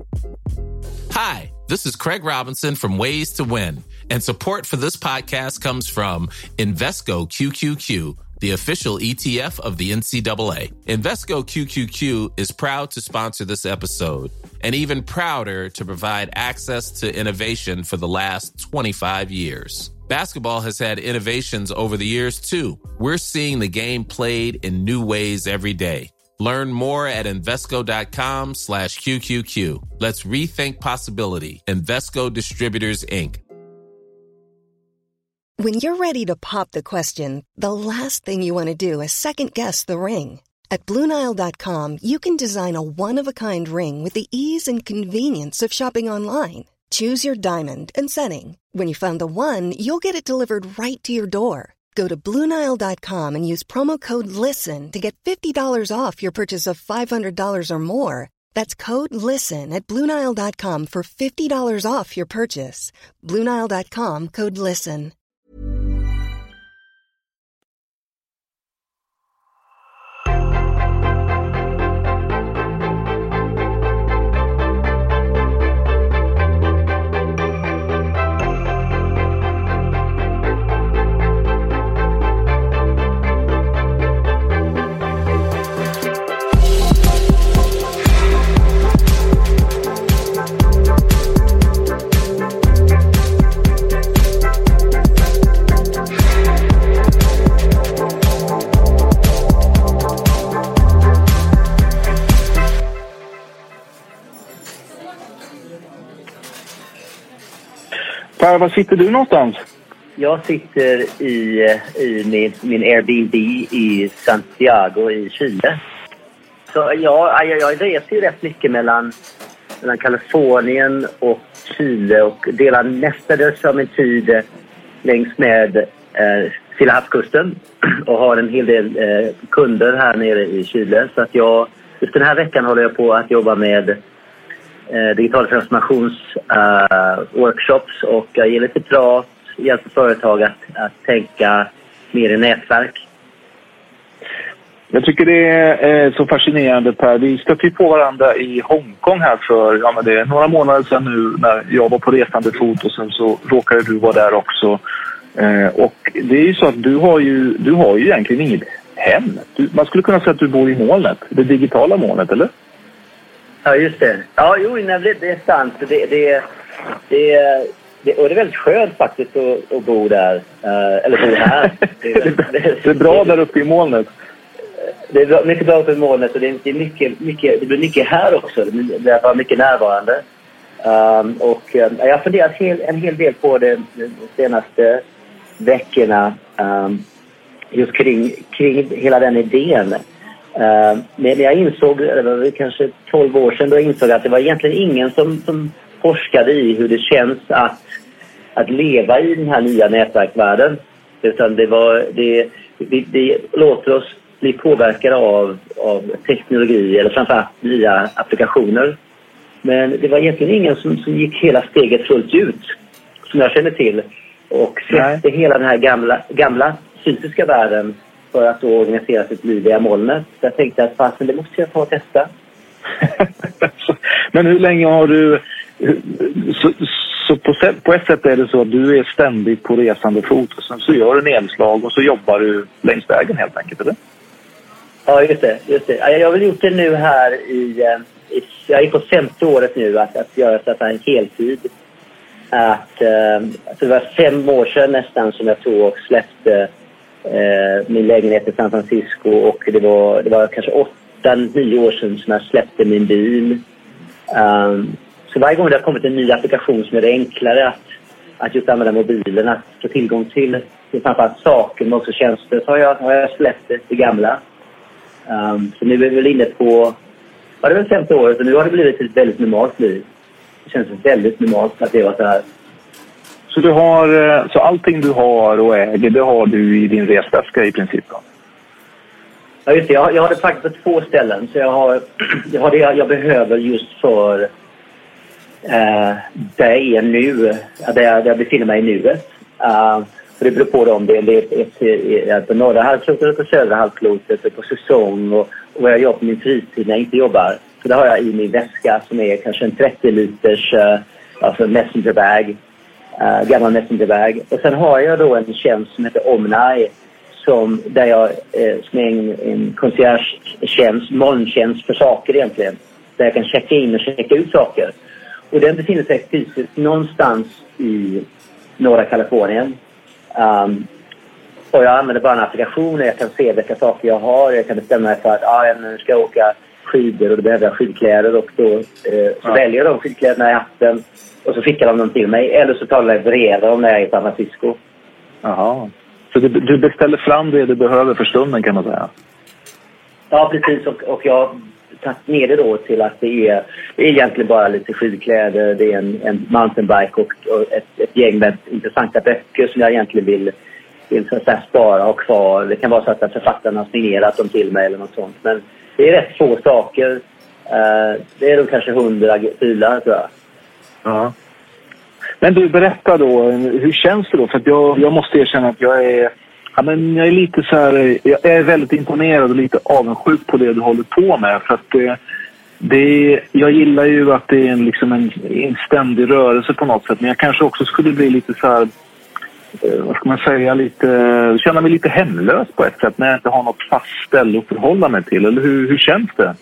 Hi, this is Craig Robinson from Ways to Win, and support for this podcast comes from Invesco QQQ, the official ETF of the NCAA. Invesco QQQ is proud to sponsor this episode, and even prouder to provide access to innovation for the last 25 years. Basketball has had innovations over the years, too. We're seeing the game played in new ways every day. Learn more at Invesco.com/QQQ. Let's rethink possibility. Invesco Distributors, Inc. When you're ready to pop the question, the last thing you want to do is second-guess the ring. At BlueNile.com, you can design a one-of-a-kind ring with the ease and convenience of shopping online. Choose your diamond and setting. When you find the one, you'll get it delivered right to your door. Go to BlueNile.com and use promo code LISTEN to get $50 off your purchase of $500 or more. That's code LISTEN at BlueNile.com for $50 off your purchase. BlueNile.com, code LISTEN. Per, var sitter du någonstans? Jag sitter i min Airbnb i Santiago i Chile. Så jag reser ju rätt mycket mellan Kalifornien och Chile och delar mestadels av min tid längs med Stilla havskusten och har en hel del kunder här nere i Chile. Så att just den här veckan håller jag på att jobba med digitala transformationsworkshops och jag ger lite prat, hjälper företag att tänka mer i nätverk. Jag tycker det är så fascinerande, Per. Vi stötte på varandra i Hongkong här för det är några månader sedan nu när jag var på resande fot och sen så råkade du vara där också. Och det är ju så att du har ju egentligen inget hem. Man skulle kunna säga att du bor i molnet, det digitala molnet, eller? Ja, just det. Ja, det är sant. Det är väldigt skönt faktiskt att bo där. Eller bo här. Det är bra där uppe i molnet. Det är mycket bra uppe i molnet och det blir mycket här också. Det är bara mycket närvarande. Och jag har funderat en hel del på det de senaste veckorna. Just kring hela den idén. Men jag insåg, det var kanske 12 år sedan, då jag insåg att det var egentligen ingen som forskade i hur det känns att leva i den här nya nätverksvärlden. Utan vi låter oss bli påverkade av teknologi eller framförallt nya applikationer. Men det var egentligen ingen som gick hela steget fullt ut, som jag känner till. Och släppte hela den här gamla fysiska världen för att då organisera sitt liv via molnet. Så jag tänkte att det måste jag ta och testa. Men hur länge har du... Så på ett sätt är det så att du är ständigt på resande fot och sen så gör du nedslag och så jobbar du längs vägen helt enkelt, eller? Ja, just det. Jag har väl gjort det nu här jag är på 5:e året nu att göra så att en heltid. Det var 5 år sedan nästan som jag tog och släppte min lägenhet i San Francisco och det var kanske 8-9 år sedan som jag släppte min bil. Så varje gång det har kommit en ny applikation som är det enklare att just använda mobilen, att få tillgång till framförallt saker men också tjänster, så har jag släppt det gamla. Så nu är vi väl inne på, det väl 50 år, så nu har det blivit ett väldigt normalt liv. Det känns väldigt normalt att leva så här. Så allting du har och äger, det har du i din resväska i princip då? Ja, just det. Jag har det faktiskt på 2 ställen. Så jag har det jag behöver just för där jag är nu, där jag befinner mig i nuet. För det beror på om det är på norra halvklotet och på södra halvklotet, på säsong och vad jag gör på min fritid när jag inte jobbar. Så det har jag i min väska som är kanske en 30 liters alltså messenger bag. Gammal messenger bag. Och sen har jag då en tjänst som heter Omni som är en concierge-tjänst, molntjänst för saker egentligen. Där jag kan checka in och checka ut saker. Och den befinner sig fysiskt någonstans i norra Kalifornien. Och jag använder bara en applikation och jag kan se vilka saker jag har. Jag kan bestämma mig för att jag ska åka skidor och då behöver jag skidkläder. Och då så väljer jag de skidkläderna i appen och så skickar de dem till mig. Eller så tar jag brev dem när jag är i San Francisco. Jaha. Så du beställer fram det du behöver för stunden kan man säga? Ja, precis. Och jag tagit ner det då till att det är egentligen bara lite skidkläder. Det är en mountainbike och ett gäng med intressanta böcker som jag egentligen vill så att spara och kvar. Det kan vara så att författarna har signerat dem till mig eller något sånt. Men det är rätt få saker. Det är då kanske 100 filer tror jag. Ja. Men du, berätta då, hur känns det då? För att jag måste erkänna att jag är lite så här, jag är väldigt imponerad och lite avundsjuk på det du håller på med. För att jag gillar ju att det är en ständig rörelse på något sätt. Men jag kanske också skulle bli lite så här, vad ska man säga, känna mig lite hemlös på ett sätt när jag inte har något fast ställe att förhålla mig till. Eller hur känns det?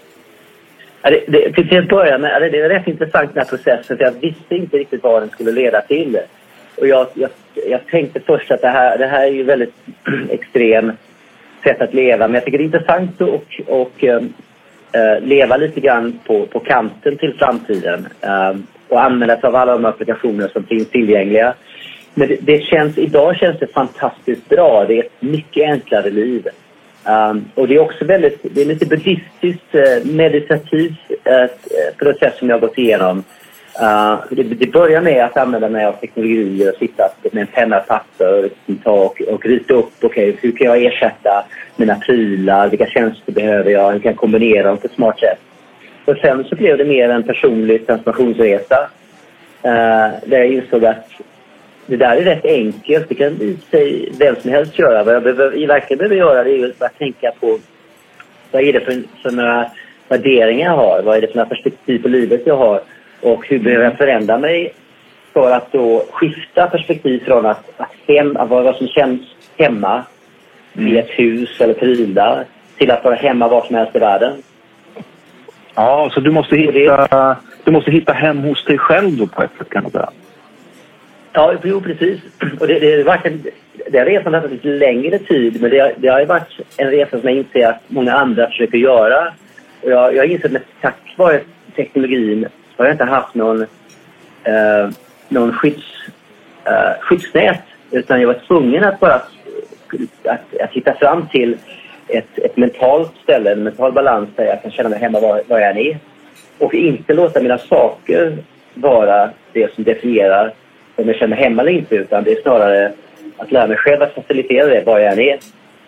Till att börja med, det är rätt intressant den här processen för jag visste inte riktigt vad den skulle leda till. Och jag tänkte först att det här är ju väldigt extrem sätt att leva. Men jag tycker det är intressant att leva lite grann på kanten till framtiden. Och använda sig av alla de applikationer som finns tillgängliga. Men idag känns det fantastiskt bra. Det är ett mycket enklare liv. Och det är också det är lite buddhistiskt meditativt process som jag har gått igenom. Det börjar med att använda mig av teknologier och sitta med en penna och papper och rita upp, hur kan jag ersätta mina prylar, vilka tjänster behöver jag, hur kan jag kombinera dem på ett smart sätt. Och sen så blev det mer en personlig transformationsresa där jag insåg att det där är rätt enkelt. Det kan i sig vem som helst göra. Vad jag verkligen behöver göra det är ju att tänka på vad är det för några värderingar jag har. Vad är det för några perspektiv på livet jag har. Och hur behöver jag förändra mig för att då skifta perspektiv från att vad som känns hemma i ett hus eller prylar till att vara hemma var som helst i världen. Ja, så du måste hitta hem hos dig själv då på ett sätt kan man säga. Ja, jo, precis. Och det har resan tagit lite längre tid, men det har ju varit en resa som jag inser att många andra försöker göra. Och jag har insett att tack vare teknologin har jag inte haft någon skyddsnät, utan jag var tvungen att bara att hitta fram till ett mentalt ställe, en mental balans där jag kan känna mig hemma var jag än är. Och inte låta mina saker vara det som definierar om jag känner hemma eller inte, utan det är snarare att lära mig själv att facilitera det var jag än är.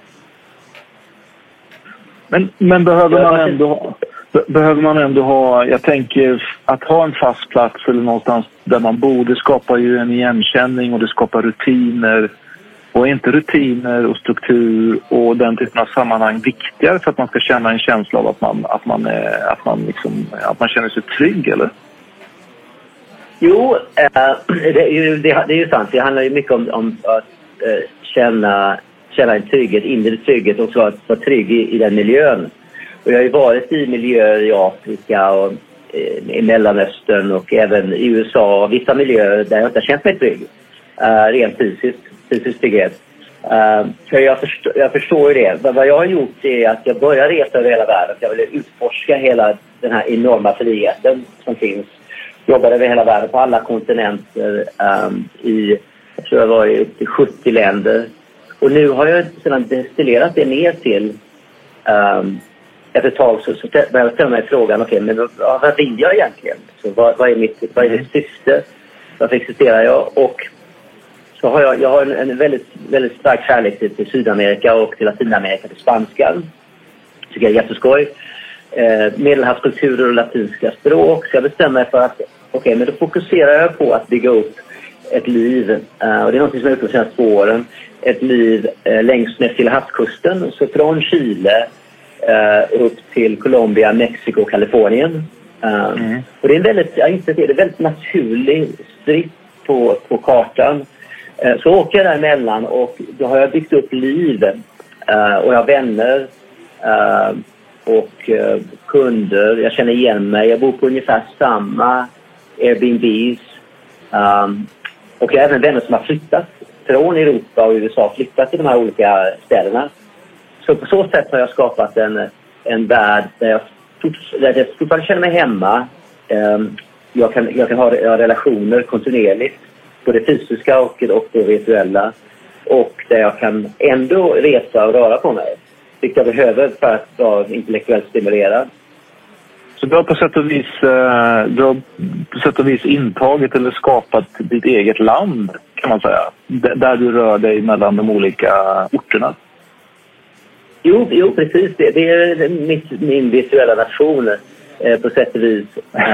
Men behöver man ändå ha, jag tänker att ha en fast plats eller någonstans där man bor, det skapar ju en igenkänning och det skapar rutiner. Och är inte rutiner och struktur och den typen av sammanhang viktigare för att man ska känna en känsla av att man känner sig trygg, eller? Jo, det är ju sant. Det handlar ju mycket om att känna en trygghet, inre trygghet och att vara trygg i den miljön. Och jag har ju varit i miljöer i Afrika och i Mellanöstern och även i USA och vissa miljöer där jag inte har känt mig trygg. Rent fysisk trygghet. Så jag förstår ju det. Vad jag har gjort är att jag börjar resa över hela världen. Jag vill utforska hela den här enorma friheten som finns. Jobbar över hela världen på alla kontinenter. Jag tror jag var i upp till 70 länder. Och nu har jag sedan destillerat det ner till efter ett tag så börjar jag ställa mig frågan, men vad vill jag egentligen? Så vad är mitt syfte? Varför existerar jag? Och så har jag har en väldigt, väldigt stark kärlek till Sydamerika och till Latinamerika, till spanskan. Tycker jag är jätteskoj. Medelhavskulturer och latinska språk. Så jag bestämmer mig för att men då fokuserar jag på att bygga upp ett liv. Och det är något som jag har gjort de senaste 2 åren. Ett liv längs med Stilla havskusten. Så från Chile upp till Colombia, Mexiko, Kalifornien. Och det är en väldigt naturlig stripp på kartan. Så åker jag däremellan och då har jag byggt upp liv och jag har vänner och kunder. Jag känner igen mig. Jag bor på ungefär samma Airbnbs. Och jag har även vänner som har flyttat från Europa och USA, flyttat till de här olika städerna. Så på så sätt har jag skapat en värld där jag fortfarande känner mig hemma. Jag kan ha relationer kontinuerligt, både fysiska och det virtuella. Och där jag kan ändå resa och röra på mig, vilket jag behöver för att vara intellektuellt stimulerad. Så du har på sätt och vis intagit eller skapat ditt eget land, kan man säga, där du rör dig mellan de olika orterna? Jo, precis. Det är min virtuella nation på sätt och vis.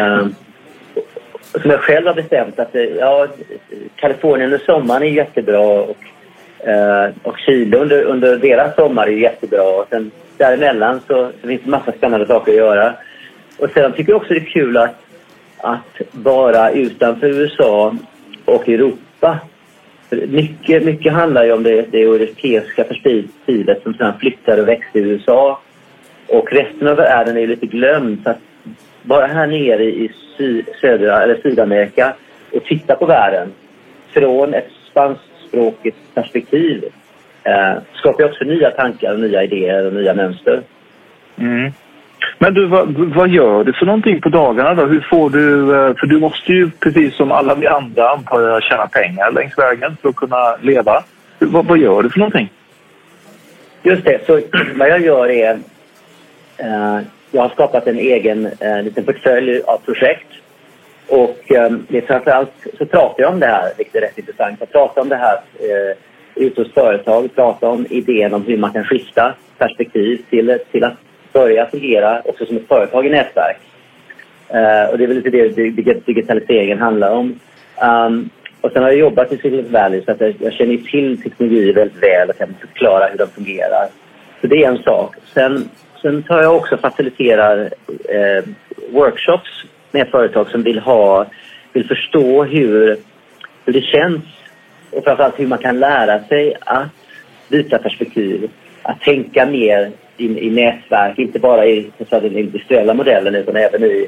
Som jag själv har bestämt att Kalifornien under sommaren är jättebra och Chile under deras sommar är jättebra. Och sen däremellan så finns det massa spännande saker att göra. Och sen tycker jag också det är kul att vara utanför USA och Europa. Mycket handlar ju om det europeiska perspektivet som sedan flyttar och växte i USA. Och resten av världen är ju lite glömd. Så att bara här nere i södra eller Sydamerika och titta på världen från ett spanskspråkigt perspektiv skapar också nya tankar, nya idéer och nya mönster. Mm. Men du, vad gör du för någonting på dagarna då? Hur får du, för du måste ju precis som alla vi andra antar jag tjäna pengar längs vägen för att kunna leva. Vad gör du för någonting? Just det, så vad jag gör är jag har skapat en egen liten portfölj av projekt och det är framförallt så pratar jag om det här, vilket är rätt intressant. Jag pratar om det här ute hos företag, pratar om idén om hur man kan skifta perspektiv till att börja fungera också som ett företag i nätverk. Och det är väl lite det digitaliseringen handlar om. Och sen har jag jobbat i Silicon Valley så att jag känner till teknologi väldigt väl och kan förklara hur de fungerar. Så det är en sak. Sen tar jag också faciliterar workshops med företag som vill förstå hur det känns och framförallt hur man kan lära sig att byta perspektiv, att tänka mer i nätverk, inte bara i den industriella modellen utan även i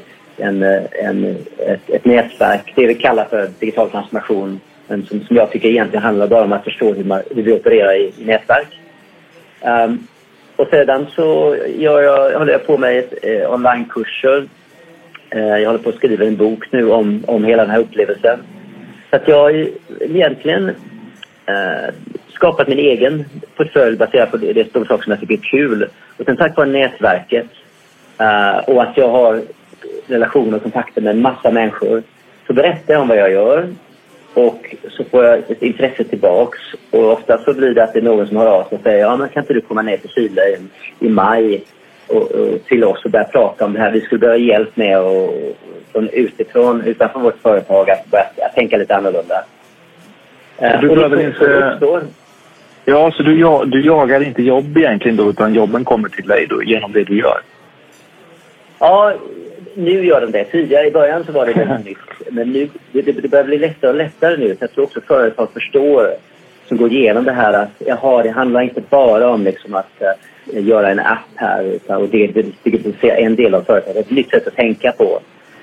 ett nätverk, det vi kallar för digital transformation, men som jag tycker egentligen handlar bara om att förstå hur vi opererar i nätverk. Och sedan så håller jag på med onlinekurser. Jag håller på att skriva en bok nu om hela den här upplevelsen. Så att jag har egentligen skapat min egen portfölj baserat på det stora saker som jag tycker är kul. Och sen tack vare nätverket och att jag har relationer och kontakter med en massa människor så berättar jag om vad jag gör och så får jag ett intresse tillbaks och ofta så blir det att det är någon som har av sig och säger men kan inte du komma ner till Chile i maj och till oss och börja prata om det här. Vi skulle behöva hjälp med och utanför vårt företag att börja tänka lite annorlunda. Du behöver inte... Ja, så du jagar inte jobb egentligen då, utan jobben kommer till dig då genom det du gör? Ja, nu gör de det. Tidigare i början så var det väldigt nytt. Men nu, det börjar bli lättare och lättare nu. Så jag tror också företag förstår som går igenom det här att det handlar inte bara om liksom att göra en app här. Och det är en del av företaget. Ett nytt sätt att tänka på.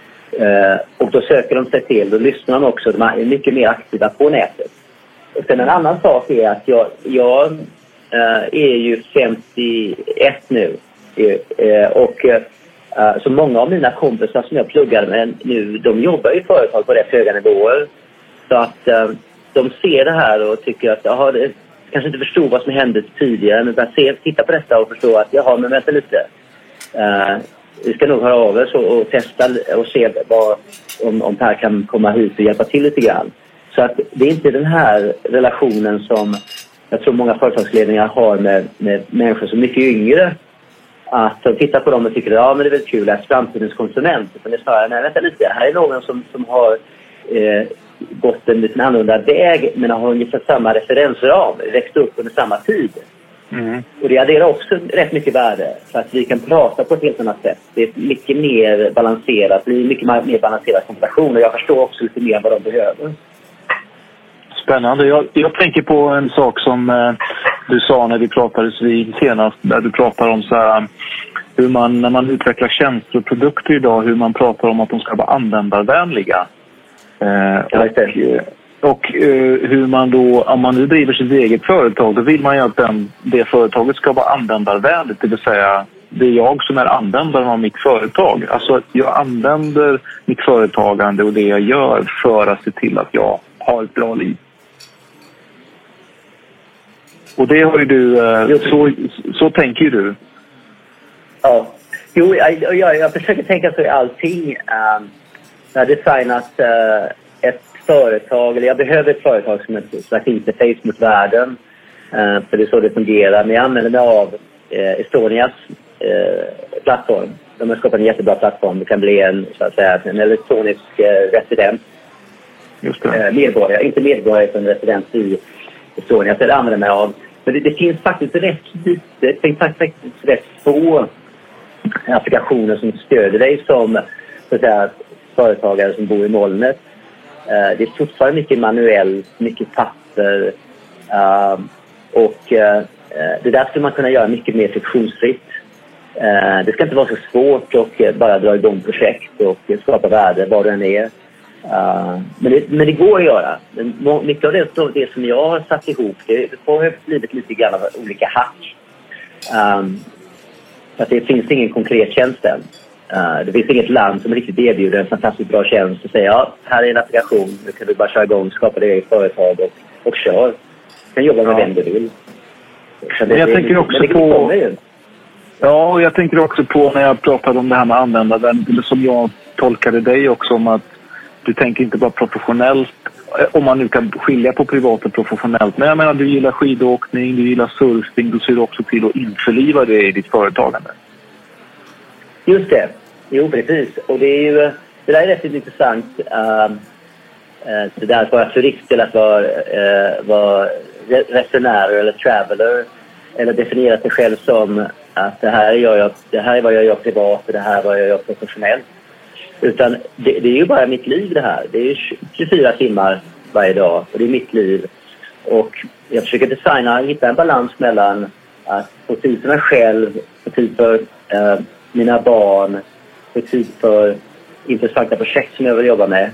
Och då söker de sig till, då lyssnar de också. De är mycket mer aktiva på nätet. Och sen en annan sak är att jag är ju 51 nu. Och så många av mina kompisar som jag pluggar med nu, de jobbar i företag på rätt höga nivåer. Så att de ser det här och tycker att det kanske inte förstod vad som hände tidigare. Men titta på detta och förstå att men vänta lite. Vi ska nog höra av oss och testa och se om Per kan komma hit och hjälpa till lite grann. Så att det är inte den här relationen som jag tror många företagsledningar har med människor som är mycket yngre. Att de tittar på dem och tycker men det är väl kul att framtidens konsument. Men det är snarare, nej vänta lite, här är någon som har gått en liten annorlunda väg men har ungefär samma referensram, växt upp under samma tid. Och det adderar också rätt mycket värde för att vi kan prata på ett helt annat sätt. Det är mycket mer balanserat, det blir mycket mer balanserad konversation och jag förstår också lite mer vad de behöver. Spännande. Jag tänker på en sak som du sa när vi pratades vid senast, där du pratar om så här, hur man när man utvecklar tjänster och produkter idag, hur man pratar om att de ska vara användarvänliga. Och hur man då, om man nu driver sitt eget företag, då vill man ju att det företaget ska vara användarvänligt, det vill säga det är jag som är användaren av mitt företag. Alltså jag använder mitt företagande och det jag gör för att se till att jag har ett bra liv. Och det har ju du, så tänker ju du. Ja, jo, jag försöker tänka så i allting. Jag har designat ett företag, eller jag behöver ett företag som ett slags interface mot världen. För det är så det fungerar. Men jag använder mig av Estonias plattform. De har skapat en jättebra plattform. Det kan bli en elektronisk resident. Just det. Medborgare, inte medborgare utan resident i Estonia. Så det använder mig av. Men det finns faktiskt det finns faktiskt rätt få applikationer som stöder dig som så att säga, företagare som bor i molnet. Det är fortfarande mycket manuellt, mycket papper och det där skulle man kunna göra mycket mer friktionsfritt. Det ska inte vara så svårt att bara dra igång projekt och skapa värde var det än är. Men det går att göra. Mycket av det som jag har satt ihop, det har blivit lite grann av olika hack. Så att det finns ingen konkret tjänst än. Det finns inget land som riktigt erbjuder en fantastiskt bra tjänst och säger ja, här är en applikation, nu kan du bara köra igång, skapa det i företag och kör. Du kan jobba med vem du vill. Men jag tänker också på... Ja, och jag tänker också på när jag pratade om det här med användaren, eller som jag tolkade dig också om att du tänker inte bara professionellt, om man nu kan skilja på privat och professionellt. Men jag menar, du gillar skidåkning, du gillar surfing, du ser också till att införliva det i ditt företagande. Just det. Jo, precis. Och det är ju, det där är rätt intressant. Det där att vara turist eller att vara resenär eller traveler. Eller definiera sig själv som att det här är vad jag gör privat och det här är vad jag gör professionellt. Utan det är ju bara mitt liv det här. Det är 24 timmar varje dag och det är mitt liv. Och jag försöker hitta en balans mellan att få tid för mig själv, få tid för mina barn, få tid för intressanta projekt som jag vill jobba med.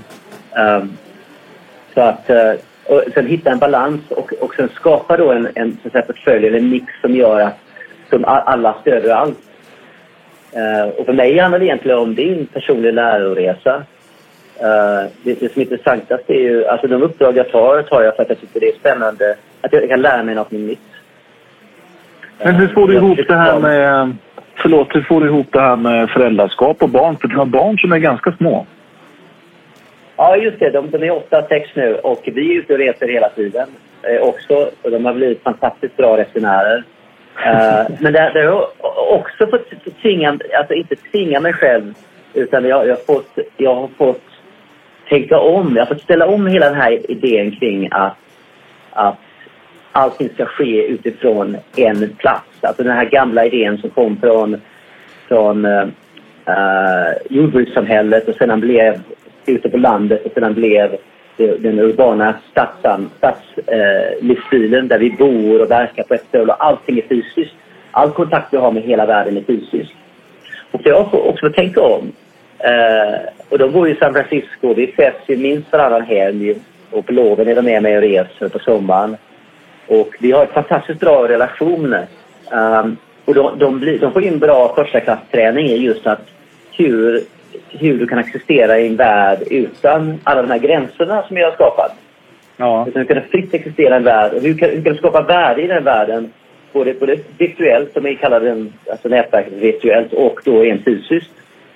Så att och sen hitta en balans och sen skapa då en så att säga, portfölj eller en mix som gör att som alla stöder allt. Och för mig handlar det egentligen om din personliga läroresa. Det som är intressantast är ju, alltså de uppdrag jag tar jag för att jag tycker det är spännande att jag kan lära mig något nytt. Men hur får du ihop det här med hur får du ihop det här med föräldraskap och barn? För du har barn som är ganska små. Ja, just det. De är 8-6 nu och vi är ute och reser hela tiden också. Och de har blivit fantastiskt bra resenärer. Men det har också fått inte tvinga mig själv, utan jag har fått tänka om. Jag har fått ställa om hela den här idén kring att allting ska ske utifrån en plats. Alltså den här gamla idén som kom från jordbrukssamhället och sedan blev ute på landet och sedan blev den urbana stadslivsstilen där vi bor och verkar på ett ställe och allting är fysiskt. All kontakt vi har med hela världen är fysisk. Och det har också fått tänka om. Och de bor i San Francisco. Vi ses ju minst varannan helg och på loven är de med mig och reser på sommaren. Och vi har ett fantastiskt bra relation. Och de får in bra första klassträning i just att hur du kan existera i en värld utan alla de här gränserna som jag har skapat. Ja. Utan du kan fritt existera i en värld. Och hur kan du skapa värde i den världen? Både virtuellt, som vi kallar den, alltså nätverket virtuellt, och då en fysiskt.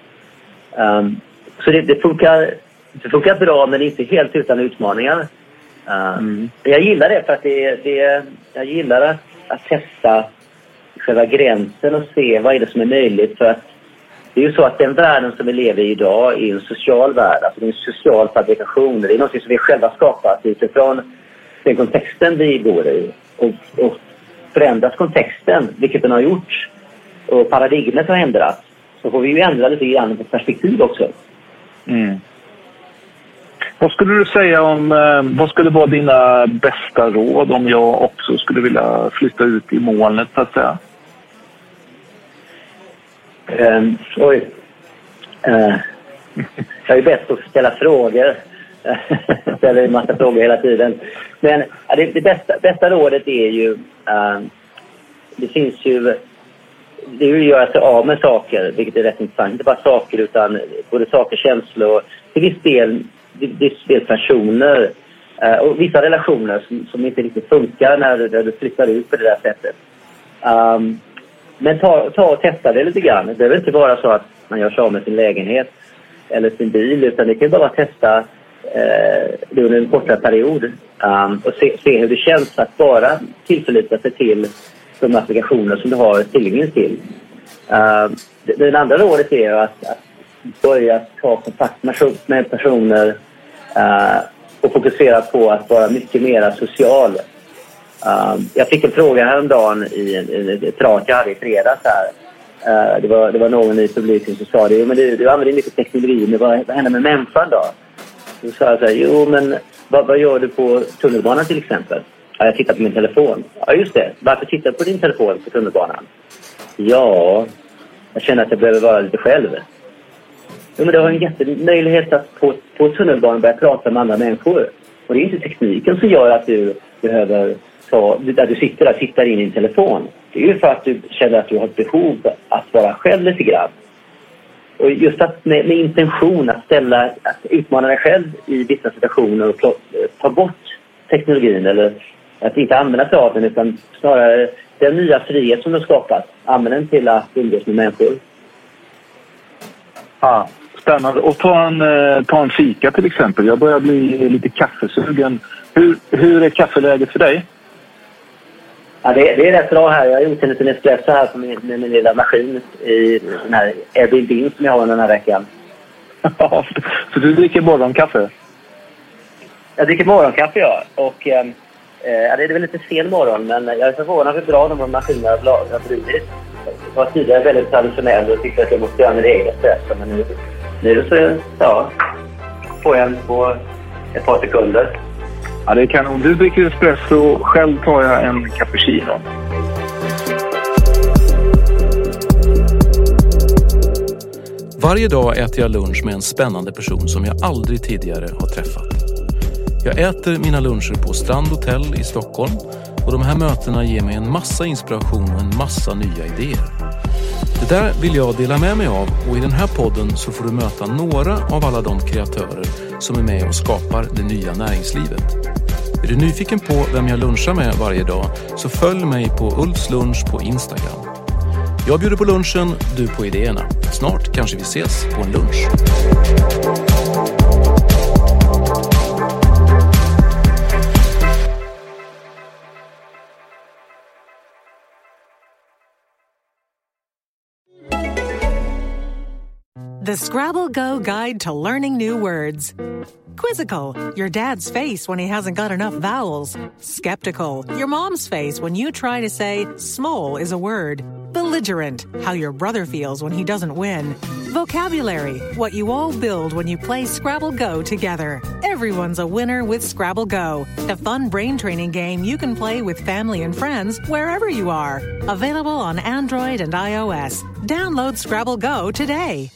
Så det funkar bra, men inte helt utan utmaningar. Jag gillar det för att jag gillar att testa själva gränsen och se vad är det som är möjligt. För att det är ju så att den världen som vi lever i idag är en social värld. Alltså det är en social fabrikation. Det är något som vi själva skapat utifrån den kontexten vi bor i. Och förändras kontexten, vilket den har gjort, och paradigmet har ändrats, så får vi ju ändra lite grann på perspektiv också. Mm. Vad skulle du säga om, vad skulle vara dina bästa råd om jag också skulle vilja flytta ut i molnet, så att säga? Jag är bäst på att ställa frågor. Jag ställer en massa frågor hela tiden. Men det bästa rådet är ju, det finns ju, det är ju att göra sig av med saker, vilket är rätt intressant. Inte bara saker, utan både saker, känslor, till viss del personer och vissa relationer som inte riktigt funkar när du flyttar ut på det där sättet. Men ta och testa det lite grann. Det behöver inte vara så att man gör sig av med sin lägenhet eller sin bil, utan det kan bara testa det under en kortare period och se hur det känns att bara tillförlita sig till de applikationer som du har tillgång till. Det andra rådet är att börja ta kontakt med personer och fokusera på att vara mycket mer social. Jag fick en fråga häromdagen i ett prat jag hade i fredags här. Det var någon i publiken som sa det. Men du använder mycket teknologi, men vad händer med människan då? Då sa jag så här, jo men vad gör du på tunnelbanan till exempel? Ja, jag tittar på min telefon. Ja just det, varför tittar du på din telefon på tunnelbanan? Ja, jag känner att jag behöver vara lite själv. Jo men du har en jättemöjlighet att på tunnelbanan börja prata med andra människor. Och det är inte tekniken som gör att du behöver där du sitter där och tittar in i din telefon. Det är ju för att du känner att du har ett behov att vara själv lite grann. Och just att med intention att utmana dig själv i vissa situationer och ta bort teknologin eller att inte använda sig av den, utan snarare den nya frihet som du har skapat, använda den till att umgås med människor. Ja, spännande. Och ta en fika till exempel. Jag börjar bli lite kaffesugen. Hur är kaffeläget för dig? Ja, det är rätt bra här. Jag har gjort en liten espresso här med min lilla maskin i den här Airbnb som jag har den här veckan. Ja, så du dricker morgonkaffe? Jag dricker morgonkaffe, ja. Och det är väl lite sen morgon, men jag är förvånad hur bra de här maskinerna har blivit. Jag var tidigare väldigt traditionell och tyckte att jag måste göra min egen espresso. Men nu så får jag en på ett par sekunder. Ja, det kan. Om du dricker espresso, själv tar jag en cappuccino. Varje dag äter jag lunch med en spännande person som jag aldrig tidigare har träffat. Jag äter mina luncher på Strand Hotel i Stockholm och de här mötena ger mig en massa inspiration och en massa nya idéer. Det där vill jag dela med mig av, och i den här podden så får du möta några av alla de kreatörer som är med och skapar det nya näringslivet. Är du nyfiken på vem jag lunchar med varje dag så följ mig på Ulfs lunch på Instagram. Jag bjuder på lunchen, du på idéerna. Snart kanske vi ses på en lunch. The Scrabble Go Guide to Learning New Words. Quizzical, your dad's face when he hasn't got enough vowels. Skeptical, your mom's face when you try to say small is a word. Belligerent, how your brother feels when he doesn't win. Vocabulary, what you all build when you play Scrabble Go together. Everyone's a winner with Scrabble Go, the fun brain training game you can play with family and friends wherever you are. Available on Android and iOS. Download Scrabble Go today.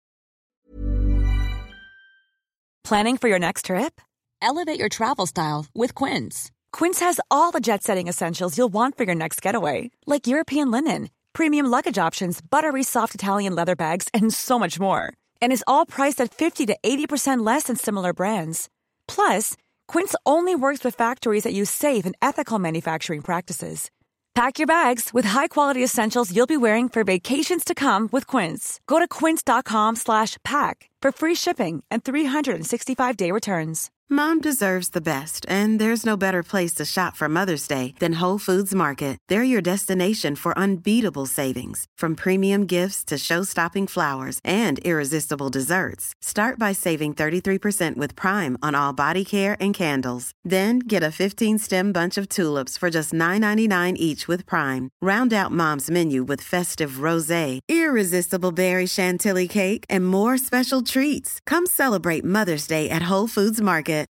Planning for your next trip? Elevate your travel style with Quince. Quince has all the jet-setting essentials you'll want for your next getaway, like European linen, premium luggage options, buttery soft Italian leather bags, and so much more. And is all priced at 50 to 80% less than similar brands. Plus, Quince only works with factories that use safe and ethical manufacturing practices. Pack your bags with high-quality essentials you'll be wearing for vacations to come with Quince. Go to quince.com/pack for free shipping and 365-day returns. Mom deserves the best, and there's no better place to shop for Mother's Day than Whole Foods Market. They're your destination for unbeatable savings, from premium gifts to show-stopping flowers and irresistible desserts. Start by saving 33% with Prime on all body care and candles. Then get a 15-stem bunch of tulips for just $9.99 each with Prime. Round out Mom's menu with festive rosé, irresistible berry chantilly cake, and more special treats. Come celebrate Mother's Day at Whole Foods Market.